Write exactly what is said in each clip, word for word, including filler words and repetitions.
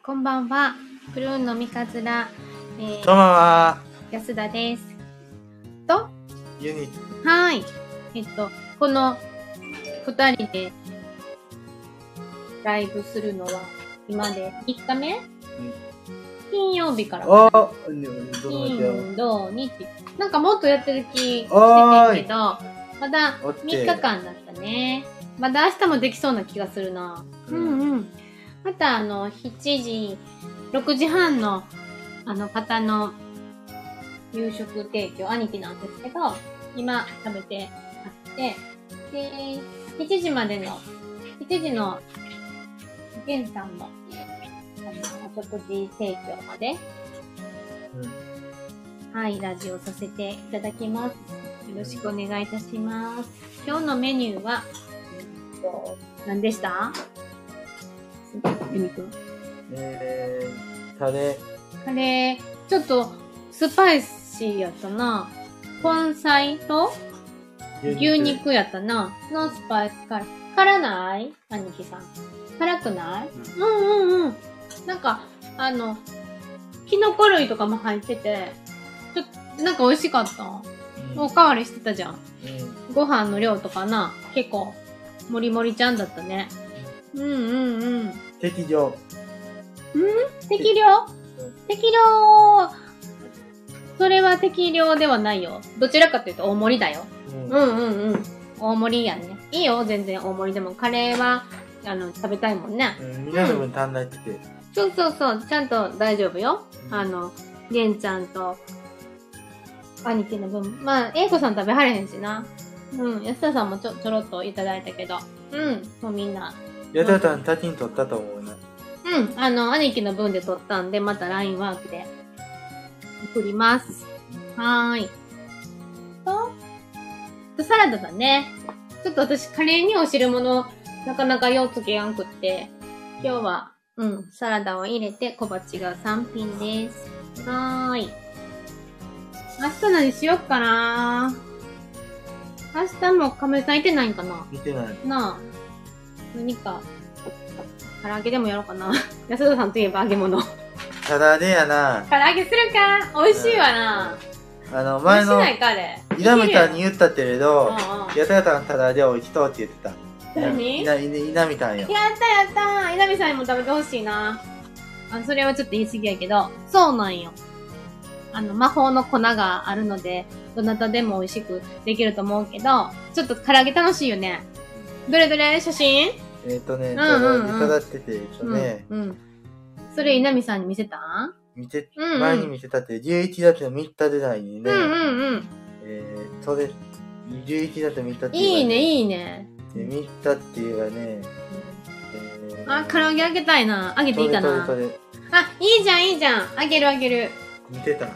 こんばんは。プルーンのみかずら、えー、 こんばんは。 安田です。と、 ユニはい。えっと、この二人でライブするのは今でみっかめ、うん、金曜日からかな。 あ金、土、日。なんかもっとやってる気してるけど、まだみっかかんだったね。まだ明日もできそうな気がするな。うん、うんうん。またあの、しちじ、ろくじはんのあの方の夕食提供、兄貴なんですけど、今食べてあって、で、しちじまでの、しちじの、ゲンさんの、あの、お食事提供まで、うん、はい、ラジオさせていただきます。よろしくお願いいたします。今日のメニューは、えっと、何でした？ユニくん。 えー、タレ。 カレー、ちょっとスパイシーやったな。根菜と牛肉やったな。のスパイスカレー。辛ない兄貴さん。辛くない、うん、うんうんうん。なんか、あの、キノコ類とかも入ってて、ちょっと、なんか美味しかった。うん、おかわりしてたじゃん。うん、ご飯の量とかな、結構、もりもりちゃんだったね。うんうんうん。 適量。ん適量、うん、適量、それは適量ではないよ。どちらかというと大盛りだよ。うん、うんうんうん。大盛りやね。いいよ、全然大盛りでも。カレーは、あの、食べたいもんね。 うん、みんなの分足んないって言って。 そうそうそう、ちゃんと大丈夫よ。うん、あの、げんちゃんと、兄貴の分。まあ、えいこさん食べはれへんしな。うん、安田さんもちょ、ちょろっといただいたけど。うん、もうみんな。 やたたんたちに取ったと思うな。 うん、あの、兄貴の分で取ったんで、また ライン ワークで送ります。はーい。と、サラダだね。ちょっと私、カレーにお汁物、なかなかようつけやんくって、今日は、うん、サラダを入れて小鉢がさん品です。はーい。明日何しよっかな。明日もカメさんいてないんかな。 いてない。 なあ。何か、唐揚げでもやろうかな。安田さんといえば揚げ物。 ただでやな。 唐揚げするか。美味しいわな。 うん、あの、前の、稲見たんに言ったけれど、やたたんただで美味しそうって言ってた。 何？ 稲見たんよ。 やったやった稲見さんにも食べてほしいな。あ、それはちょっと言い過ぎやけど、そうなんよ。あの、魔法の粉があるので、どなたでも美味しくできると思うけど、ちょっと唐揚げ楽しいよね。どれどれ写真？ えっとね、ただ、いただってて、ちょね。 うん。それ稲見さんに見せた？ 見て、うんうん、前に見せたって、じゅういちがつのみっかぐらいにね。 うんうんうん。 えー、それ、じゅういちがつのみっかっていう、ね。いいね、いいね。 で、みっかっていうかね、 えー、あ、唐揚げあげたいな。あげていいかな。 それそれそれ。 あ、いいじゃん、いいじゃん。あげるあげる。 見てた。 うん。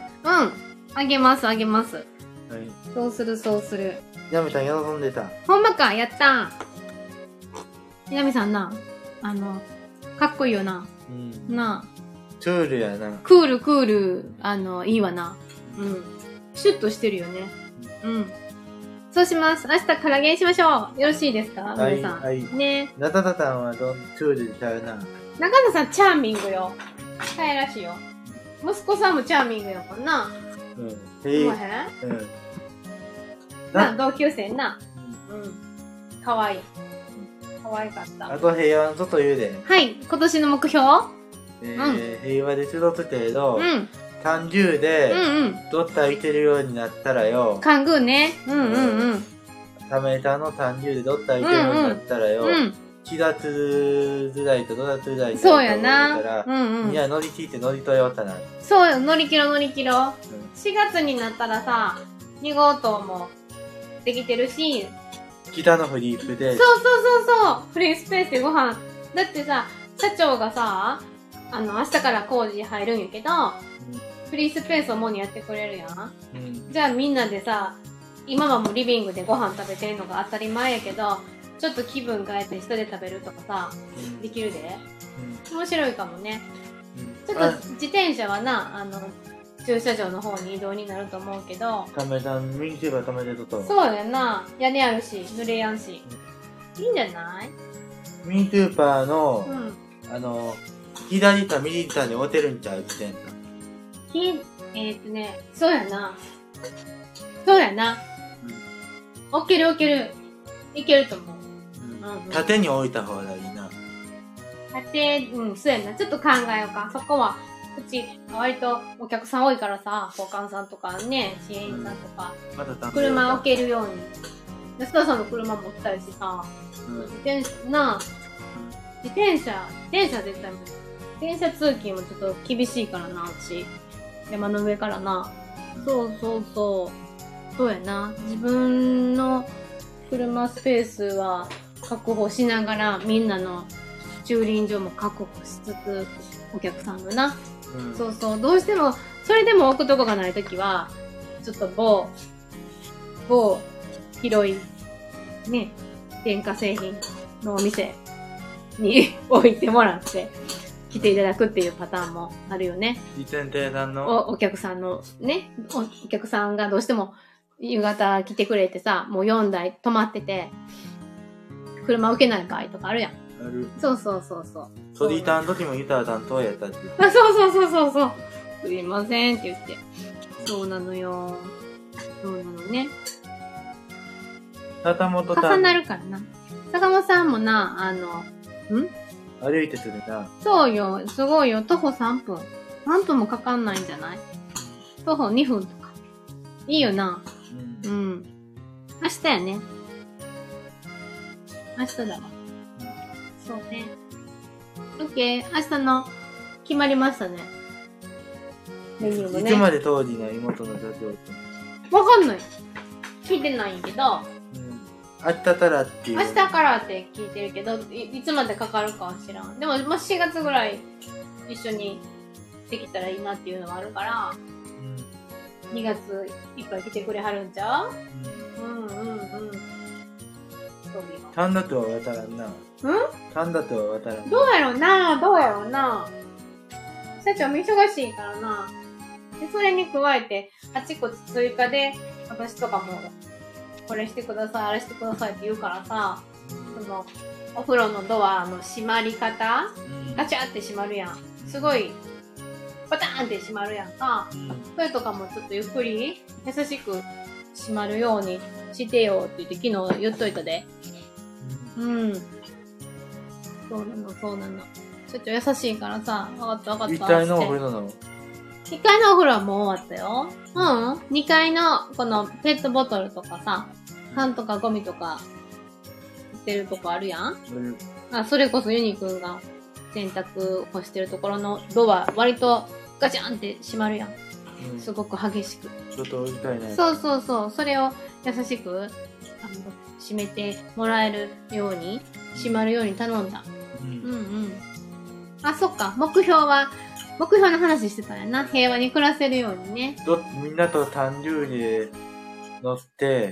あげます、あげます。はい。 そうそうする、そうする。 稲見さん喜んでた。 ほんまか、やったー。稲見さんな、あの、かっこいいよな。うん。なあ。 クールやな。 クール、クール、あの、いいわな。うん。シュッとしてるよね。うん。そうします。明日唐揚げにしましょう。よろしいですか、 はい、 皆さん。 はい。 ね。 中田さんはどん、クールちゃうな。 中田さん、チャーミングよ。かわいらしいよ。息子さんもチャーミングやもんな。 うん。へえ。うん。な、同級生な。うん。かわいい。かわいかった。 あと平和のこと言うで。 はい。今年の目標？ えー、うん、平和で過ごすけれど、 うん。 さんじゅうで、うんうん。どっか行けるようになったらよ。 カングーね。うんうんうん。 ためたのさんじゅうでどっか行けるようになったらよ。うん、うん。しがつぐらいとごがつぐらいとそうやな。うんうん。 いや、乗り切って乗り越えようかな。 そうよ、乗り切ろう乗り切ろう。うん、しがつになったらさ、に号棟もできてるし。 北のフリースペース。 そうそうそうそう。フリースペースでご飯。だってさ、社長がさ、あの、明日から工事入るんやけど、うん、フリースペースを主にやってくれるやん。うん、じゃあみんなでさ、今はもうリビングでご飯食べてるのが当たり前やけど、ちょっと気分変えて下で食べるとかさ、うん、できるで、うん、面白いかもね、うん、ちょっと自転車はな、あの、駐車場の方に移動になると思うけど。 ためたん、ミニチューバーためてると。 そうやな。屋根あるし、濡れやんし。うん、いいんじゃない？ ミニチューバーの、うん、あの、 左か右かに置てるんちゃう自転車。 ひ、えーっとね、そうやな。そうやな。置ける置ける。いけると思う。 うんうん、縦に置いた方がいいな。 縦、うん、そうやな。ちょっと考えようか。そこは、うち、割とお客さん多いからさ、交換さんとかね、支援員さんとか、うん、ま、車置けるように。安田さんの車持ってたりしさ、うん、自転車、なあ、自転車、自転車絶対無理。自転車通勤もちょっと厳しいからな、私。山の上からな。そうそうそう。そうやな。自分の車スペースは確保しながら、みんなの駐輪場も確保しつつ、お客さんのな。うん、そうそう。どうしても、それでも置くとこがないときは、ちょっと某、某、広い、ね、電化製品のお店に置いてもらって、来ていただくっていうパターンもあるよね。 自転車さんのお、お客さんのねお、お客さんがどうしても夕方来てくれてさ、もうよんだい止まってて、車受けない場合とかあるやん。 ある。 そうそうそうそう。 ソリターの時もギター担当やったって。 あ、そうそうそうそうそう。すいませんって言って。そうなのよ。そうなのね。 坂本さん。 重なるからな。坂本さんもな、あの、ん歩いてするな。 そうよ。すごいよ。徒歩さんぷん。さんぷんもかかんないんじゃない？徒歩にふんとか。いいよな。うん。うん。明日やね。明日だわ。そうね。オッケー。明日の決まりましたね。メニューもね。 いつまで当時の妹の状況って。 わかんない。聞いてないんけど。 明日からっていう。 明日からって聞いてるけど、い, いつまでかかるかは知らん。でも、まあ、しがつぐらい一緒にできたらいいなっていうのはあるから、うん、にがついっぱい来てくれはるんちゃう？うん、うん、うんうん。そうよ。 神田とは渡らんな。 うん神田とは渡らん。 どうやろうなどうやろうな社長も忙しいからな。で、それに加えて、あちこち追加で、私とかも、これしてください、あれしてくださいって言うからさ、その、お風呂のドアの閉まり方、うん、ガチャって閉まるやん。すごい、バターンって閉まるやんか。うん、それとかもちょっとゆっくり、優しく閉まるようにしてよって言って昨日言っといたで。うん。うん、そうなの、そうなの。社長優しいからさ、わかったわかった。 いっかいのお風呂なの？ いっかいのお風呂はもう終わったよ。うん。にかいのこのペットボトルとかさ、缶とかゴミとか売ってるとこあるやん、うん、あ、それこそユニくんが洗濯干してるところのドア割とガチャンって閉まるやん、うん、すごく激しくちょっと置きたいね。 そうそうそう。それを優しくあの閉めてもらえるように閉まるように頼んだ、うん、うんうんあ、そっか。目標は目標の話してたんやな。平和に暮らせるようにね。 どみんなと誕生日で乗って、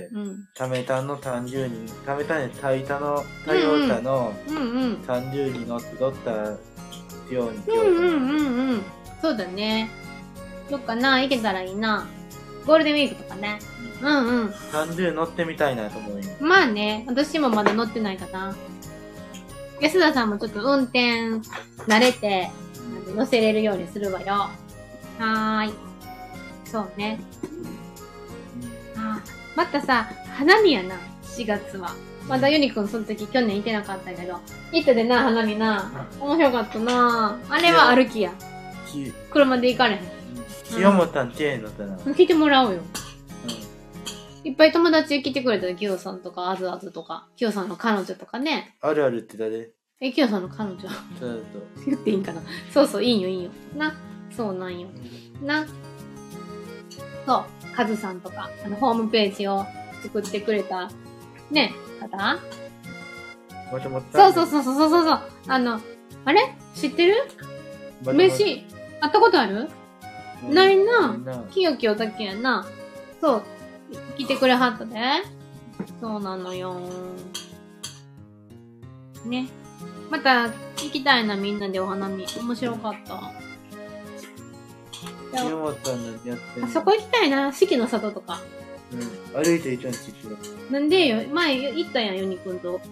うん、タメタンの誕生日、タメタンでタイタの、タイオータの誕生日に乗って乗ったように。 うんうんうんうん。そうだね。どっかな、行けたらいいな。ゴールデンウィークとかね。うん、うんうん。 誕生日乗ってみたいなと思うよ。 まあね、私もまだ乗ってないかな。安田さんもちょっと運転慣れて、乗せれるようにするわよ。はーい。そうね。あ、またさ、花見やな、しがつは。まだユニくんその時去年行ってなかったけど。行ったでな、花見な。面白かったな。あれは歩きや。車で行かれへん。 清本んちへ乗ったな。 聞いてもらおうよ。いっぱい友達来てくれたよ。キヨさんとか、あずあずとか、キヨさんの彼女とかね。 あるあるって誰？ え、キヨさんの彼女。 そうそう。言っていいんかな。そうそう、いいよ、いいよ。な。そうなんよ。な。そう。カズさんとか、あの、ホームページを作ってくれた、ね、方もともと。 そうそうそうそうそうそう。あの、あれ知ってる？飯、会ったことある？ないな。キヨキヨだけやな。そう。来てくれはったで。そうなのよ。ね。また行きたいな、みんなでお花見。面白かった。 清本さんのやってんの？ あそこ行きたいな、四季の里とか。 うん。歩いて行ったんですよ。 なんでよ、前行ったやん、ユニくんと。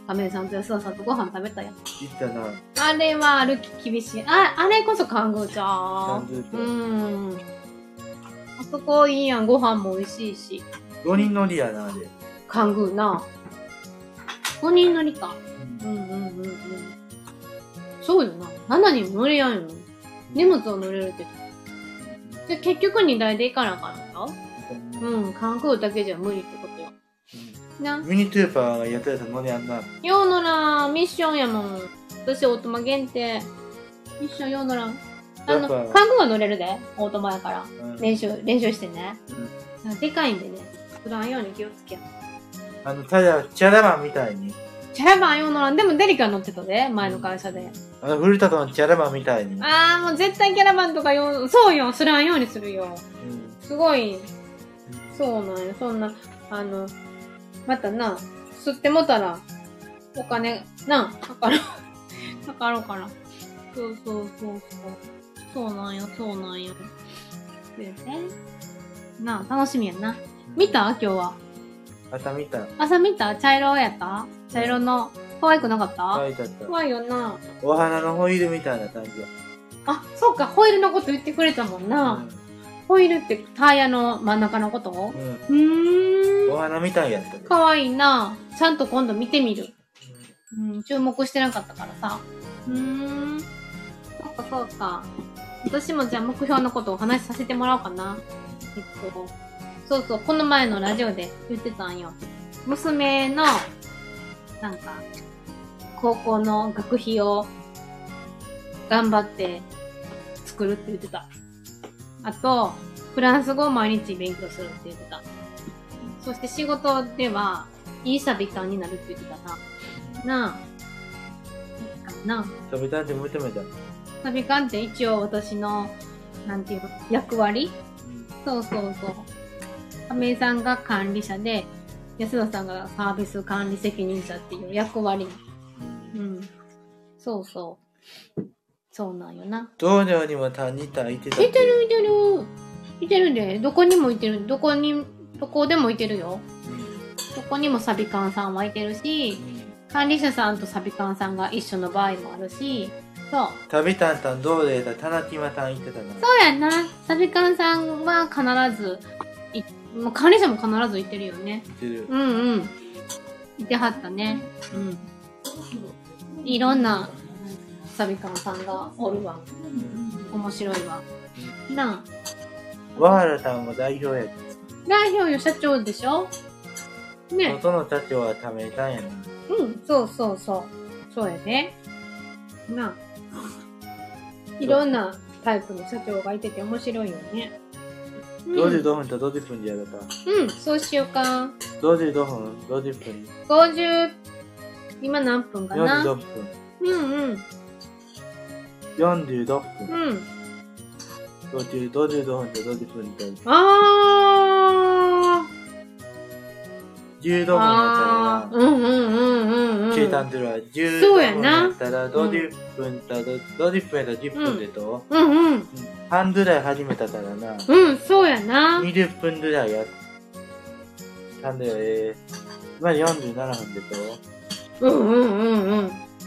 亀井さんと安田さんとご飯食べたやん。 行ったな。 あれは歩き厳しい。あ、あれこそカングーちゃカん。 ングーちゃん。 うん。あそこいいやん。ご飯も美味しいし。 ごにん乗りやな、あれ。 カングーな。ごにん乗りか。うんうんうんうん。そうよな。ななにん乗れやんよ。荷物を乗れるって。で、結局にだいで行かなあかんのか？うん、カングーだけじゃ無理ってことよ。 うん、な。ミニトゥーパーがやったやつ乗れやんな。 よう乗らん。ミッションやもん。私、オートマ限定。ミッションよう乗らん。あの、カングーは乗れるで。オートマやから。うん、練習、練習してね。うん、でかいんでね。作らんように気をつけよう。あの、ただ、チャラマンみたいに。 チャラマンよう乗らん。でもデリカ乗ってたで。前の会社で。 あの、古田とのチャラマンみたいに。 あー、もう絶対キャラバンとかよ、そうよ。すらんようにするよ。うん、すごい。そうなんよ。そんな、あの、またな、吸ってもたら、お金、な、かかる。かかるから。そうそうそうそう。そうなんよ、そうなんよ。でね。なあ、楽しみやな。見た？今日は。 朝見た。 朝見た？茶色やった？茶色の、可愛くなかった？ 可愛かった。 可愛いよな。 お花のホイールみたいな感じや。 あ、そうか、ホイールのこと言ってくれたもんな。うん、ホイールってタイヤの真ん中のこと？うん。うーん。お花みたいやった。 可愛いな。ちゃんと今度見てみる。うん、うん、注目してなかったからさ。うーん。そっかそうか。私もじゃあ目標のことをお話しさせてもらおうかな。えっと、そうそう、この前のラジオで言ってたんよ。娘の、なんか、高校の学費を頑張って作るって言ってた。あと、フランス語を毎日勉強するって言ってた。そして仕事では、いいサビ感になるって言ってたな。なあ。いいかな。 サビ感って求めた。 サビ感って一応私の、なんていうの、役割、うん、そうそうそう。亀井さんが管理者で、安田さんがサービス管理責任者っていう役割。うん。そうそう。そうなんよな。 同僚にも担任いてた。 いてるいてる。いてるで。どこにもいてる。どこに、どこでもいてるよ。うん、どこにもサビカンさんはいてるし、うん、管理者さんとサビカンさんが一緒の場合もあるし、そう。 旅たんたんどうでたたなきまたん言ってたな。 そうやな。サビカンさんは必ず、いもう管理者も必ずいてるよね。 いてる。 うんうん。いてはったね。うん。いろんなサビカンさんがおるわ。うん、面白いわ。なあ。 和原さんも代表や。 代表よ、社長でしょね。 外の社長はためたんやな。 うん、そうそうそう。そうやね。なあ。いろんなタイプの社長がいてて面白いよね。 うん、ごじゅうごふんとごじゅっぷんでやるか。 うん、そうしようか。 ごじゅうごふん、ごじゅっぷん。 ごじゅう、今何分かな？ よんじゅうろっぷん。 うんうん。 よんじゅうろっぷん。 うん。 ごじゅう、ごじゅうごふんとごじゅっぷんで。 あー。 じゅうろくふんやったら、 うんうんうんうん。 計算するわ。じゅうろくふんやったら、ごじゅっぷんと、ごじゅっぷんやったらじゅっぷんでと、 うんうん。 半ぐらい始めたからな。 うん、そうやな。 にじゅっぷんぐらいやったんだよ、えー。今よんじゅうななふんでと。 うんうんうんうん。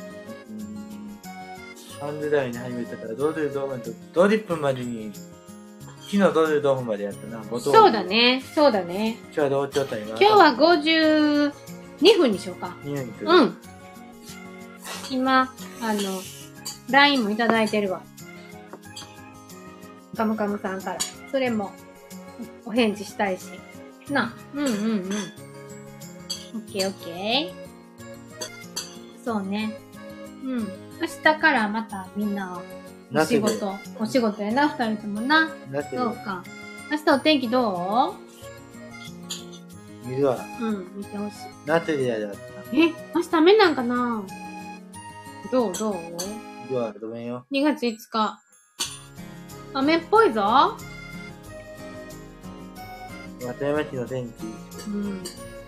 半ぐらいに始めたから、ごじゅうごふんと、ごじゅっぷんまでに、昨日ごじゅうごふんまでやったな。 そうだね、そうだね。 今日はどうちょった今。 今日はごじゅうにふんにしようか。 にふんにする。 うん。今、あの、ライン もいただいてるわ。カムカムさんから。それも、お返事したいし。な。うんうんうん。オッケーオッケー。そうね。うん。明日からまたみんな、お仕事、お仕事やな、二人ともな。そうか。明日お天気どう？見るわ。 うん、見てほしい。 なってでやる。 え、明日雨なんかな？どうどう？ どうはごめんよ。 にがついつか。雨っぽいぞ。 松山市の天気。 うん。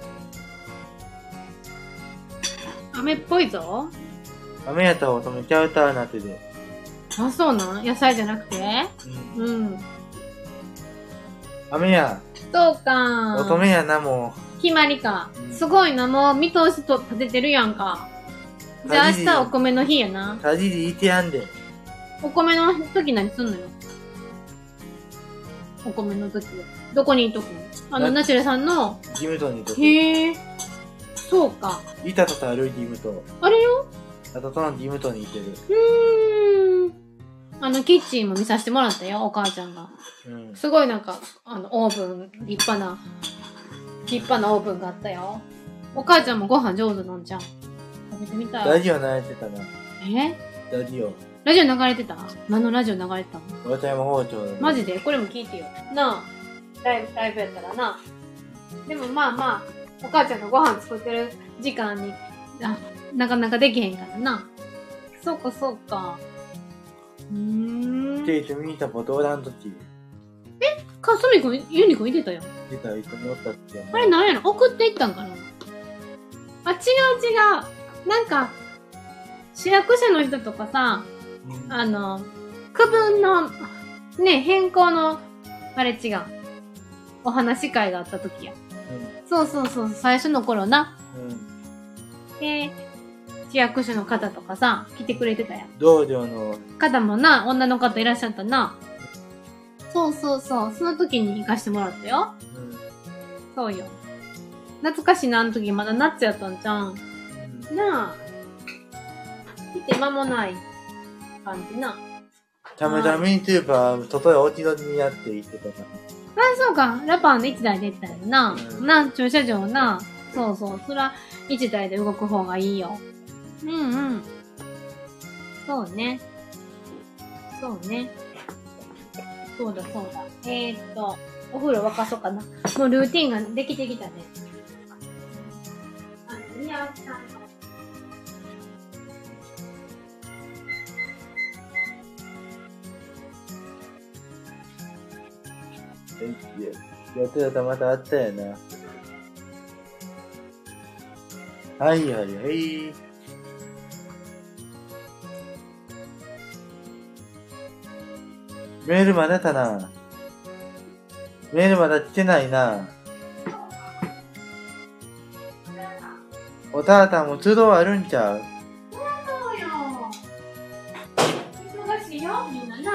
雨っぽいぞ。 雨やったら乙女ちゃうたなってで。 あ、そうなん？野菜じゃなくて？うん。うん。 雨や。 そうか。 乙女やな、も決まりか。すごいな、もう見通しと立ててるやんか。じゃあ明日お米の日やな。 たじりいてやんで。 お米の時何すんのよ。お米の時は。どこにいとくの？あの、ナチュラさんの。 事務所にいとく。 へえ。そうか。 いたとた歩いて事務所。 あれよ？ あととの事務所にいてる。 うーん。あの、キッチンも見させてもらったよ、お母ちゃんが。うん。すごいなんか、あの、オーブン、立派な、立派なオーブンがあったよ。お母ちゃんもご飯上手なんじゃん。食べてみたい。 ラジオ流れてたな。 え？ ラジオ。 ラジオ流れてた？何のラジオ流れてたの？ 和歌山包丁だね。 マジで？これも聞いてよ。なあ。ライブ、ライブやったらな。でもまあまあ、お母ちゃんがご飯作ってる時間に、あ、なかなかできへんからな。そうかそうか。うーん。 ケイト見たことおらんとき。 え？かすみくん、ユニくんいてたよ。 いてた、一緒におったっけ。 あれなんやろ？送っていったんかな？あ、違う違う。なんか、市役所の人とかさ、うん、あの、区分の、ね、変更の、あれ違う。お話し会があった時や。うん、そうそうそう、最初の頃な。うん、で、市役所の方とかさ、来てくれてたやん。 同僚の方もな、女の方いらっしゃったな。そうそうそう、その時に行かしてもらったよ。うん、そうよ。懐かしいな、あの時まだ夏やったんじゃん。うん、なあ。来て間もない感じな。 ためためにといえば、外へ置き取りにやって行ってたから。 あ、そうか。ラパンで一台で行ったよな。うん、な、駐車場な。そうそう。そら、一台で動く方がいいよ。うんうん。そうね。そうね。そうだそうだ。えーっと、お風呂沸かそうかな。もうルーティンができてきたね。あの、宮脇さんの。 やってたらまたあったやな。はいはいはい。メールまだかな。メールまだ来てないな。おたあたんも都度あるんちゃう？ そうよ。忙しいよ、みんなな。うん。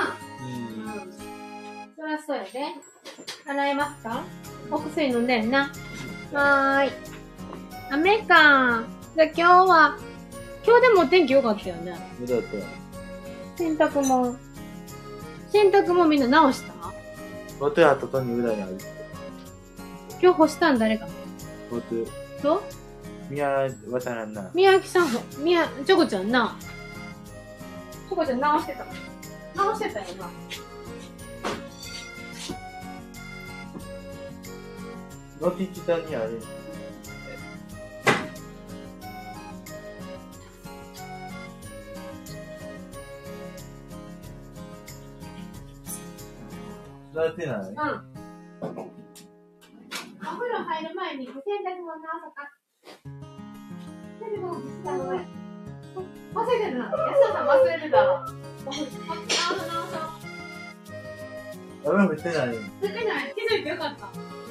そりゃそうやで。洗えますか？お薬飲んでるな。はーい。雨か。じゃあ今日は、今日でもお天気良かったよね。 よかった。 洗濯も、洗濯もみんな直した？ 僕はととに裏にある。 今日干したん誰か？ 僕。 と？ 宮渡らんな。 宮城さん、宮、チョコちゃんな。チョコちゃん直してた。直してたよな。 のき下にある。座ってない？うん。お風呂入る前に洗濯物直そうか。洗濯物したのね。忘れてるな。安田さん忘れてた。直そう直そう。 雨降ってない？ 降ってない。気づいてよかった。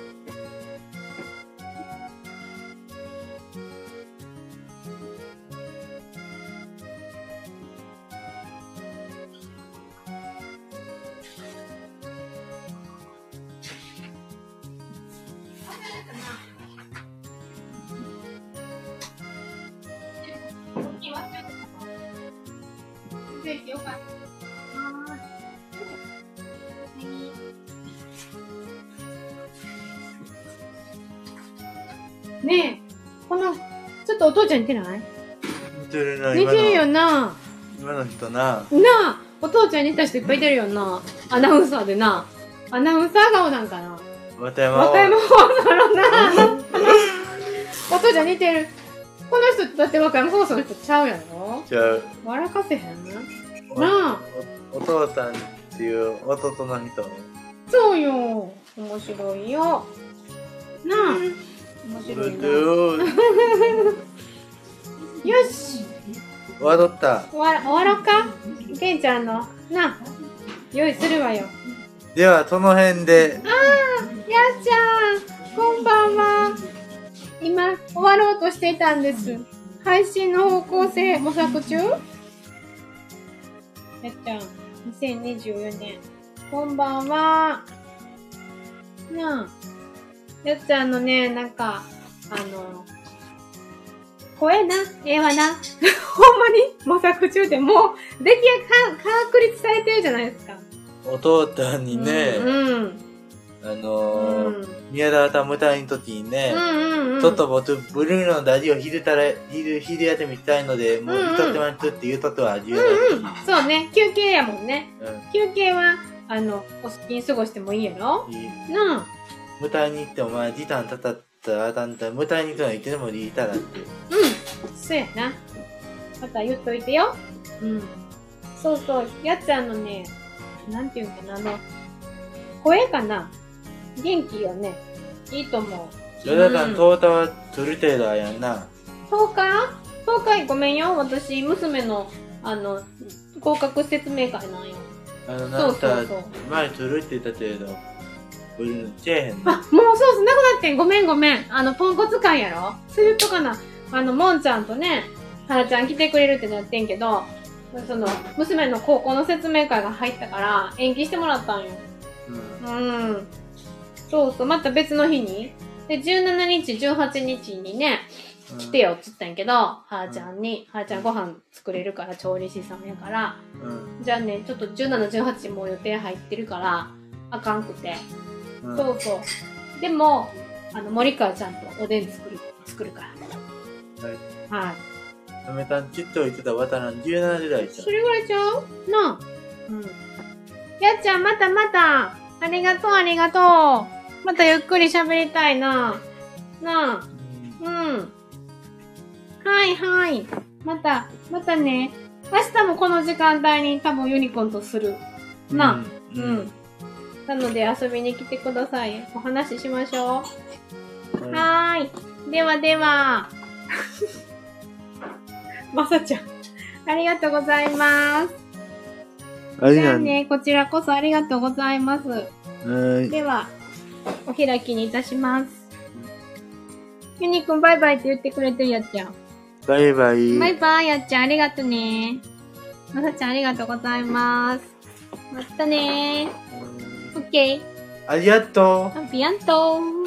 よかった。ねえ、この、ちょっとお父ちゃん似てない？ 似てるな。 似てるよな。 今の人な。なあ、お父ちゃん似た人いっぱいいてるよな。アナウンサーでな。アナウンサー顔なんかな。 和歌山。 和歌山放送のな。お父ちゃん似てる。この人だって和歌山放送の人ちゃうやろ？ ちゃう。 笑かせへんな。なあお、お父さんっていう弟の人。 そうよ。面白いよ。なあ。面白いな。よし。 終わろった。 終わ、終わろうか。けんちゃんの、なあ。用意するわよ。 では、その辺で。 ああ、やっちゃん。こんばんは。 今、終わろうとしていたんです。配信の方向性模索中？やっちゃん、にせんにじゅうよねん。こんばんは。なあ。やっちゃんのね、なんか、あの、声な、ええわな。ほんまに模索中でもう、出来が確立されてるじゃないですか。 お父さんにね、 うん、うん、 あのー、うん、宮田たむたいの時にね、 うんうんうん、 ちょっと僕、ブルーのラジオ昼たら、昼、昼やってみたいので、もう、いとってまつって言うととは重要だし、 うんうん。そうね、休憩やもんね。うん、休憩は、あの、お好きに過ごしてもいいやろ？いい。なあ。 無体に行ってお前、時短たたったらあたんたら、無体に行くのは行ってでもいいたらって。うん。 そうやな。また言っといてよ。うん。そうそう、やっちゃんのね、なんていうんかな、あの、声かな？元気よね。いいと思う。 ヨダさん、とうたはとる程度あやんな。 とおか？ とおか ごめんよ。私、娘の、あの、合格説明会なんよ。 あの、なんか、前とるって言った程度。ブルーチェーヘン。 あ、もうそうそう、なくなってん。ごめんごめん。あの、ポンコツ会やろ？そういうとかな。あの、もんちゃんとね、はらちゃん来てくれるってなってんけど、その、娘の高校の説明会が入ったから、延期してもらったんよ。うん。うん。そうそう、また別の日に。で、じゅうしちにち、じゅうはちにちにね、来てよって言ったんやけど、はらちゃんに、はらちゃんご飯作れるから、調理師さんやから、うん、じゃあね、ちょっとじゅうしち、じゅうはちもう予定入ってるから、あかんくて。うん、そうそう。でも、あの、森川ちゃんとおでん作る、作るから。はい。はい。 ためたんちっと言ってたわたなんじゅうななじだいちゃう。 それぐらいちゃうなあ。うん。やっちゃん、またまた。ありがとう、ありがとう。またゆっくり喋りたいな。なあ。うん。うん、はいはい。また、またね。明日もこの時間帯に多分ユニコーンとする。なあ。うん。うん、なので遊びに来てください。お話ししましょう。はい、はーい。ではでは。まさちゃん。ありがとうございます。じゃあね、こちらこそありがとうございます。はい。では、お開きにいたします。ユニくんバイバイって言ってくれてるやっちゃん。 バイバイ。 バイバイやっちゃんありがとね。まさちゃんありがとうございます。またねー。オッケー。 ありがとう。 ありがとう。